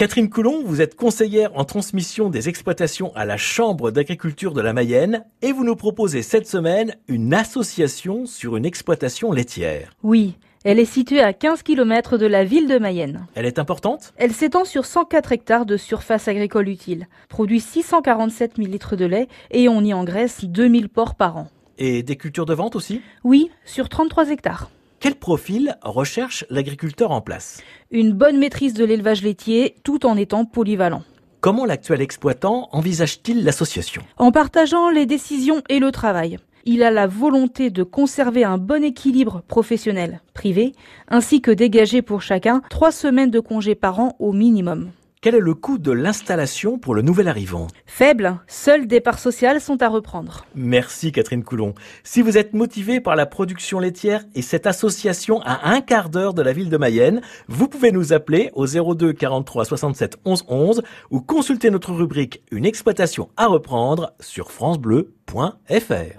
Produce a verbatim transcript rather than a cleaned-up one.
Catherine Coulon, vous êtes conseillère en transmission des exploitations à la Chambre d'agriculture de la Mayenne et vous nous proposez cette semaine une association sur une exploitation laitière. Oui, elle est située à quinze kilomètres de la ville de Mayenne. Elle est importante ? Elle s'étend sur cent quatre hectares de surface agricole utile, produit six cent quarante-sept mille litres de lait et on y engraisse deux mille porcs par an. Et des cultures de vente aussi ? Oui, sur trente-trois hectares. Quel profil recherche l'agriculteur en place ? Une bonne maîtrise de l'élevage laitier tout en étant polyvalent. Comment l'actuel exploitant envisage-t-il l'association ? En partageant les décisions et le travail. Il a la volonté de conserver un bon équilibre professionnel-privé, ainsi que dégager pour chacun trois semaines de congés par an au minimum. Quel est le coût de l'installation pour le nouvel arrivant ? Faible, seules des parts sociales sont à reprendre. Merci Catherine Coulon. Si vous êtes motivé par la production laitière et cette association à un quart d'heure de la ville de Mayenne, vous pouvez nous appeler au zéro deux quarante-trois soixante-sept onze onze ou consulter notre rubrique Une exploitation à reprendre sur francebleu point fr.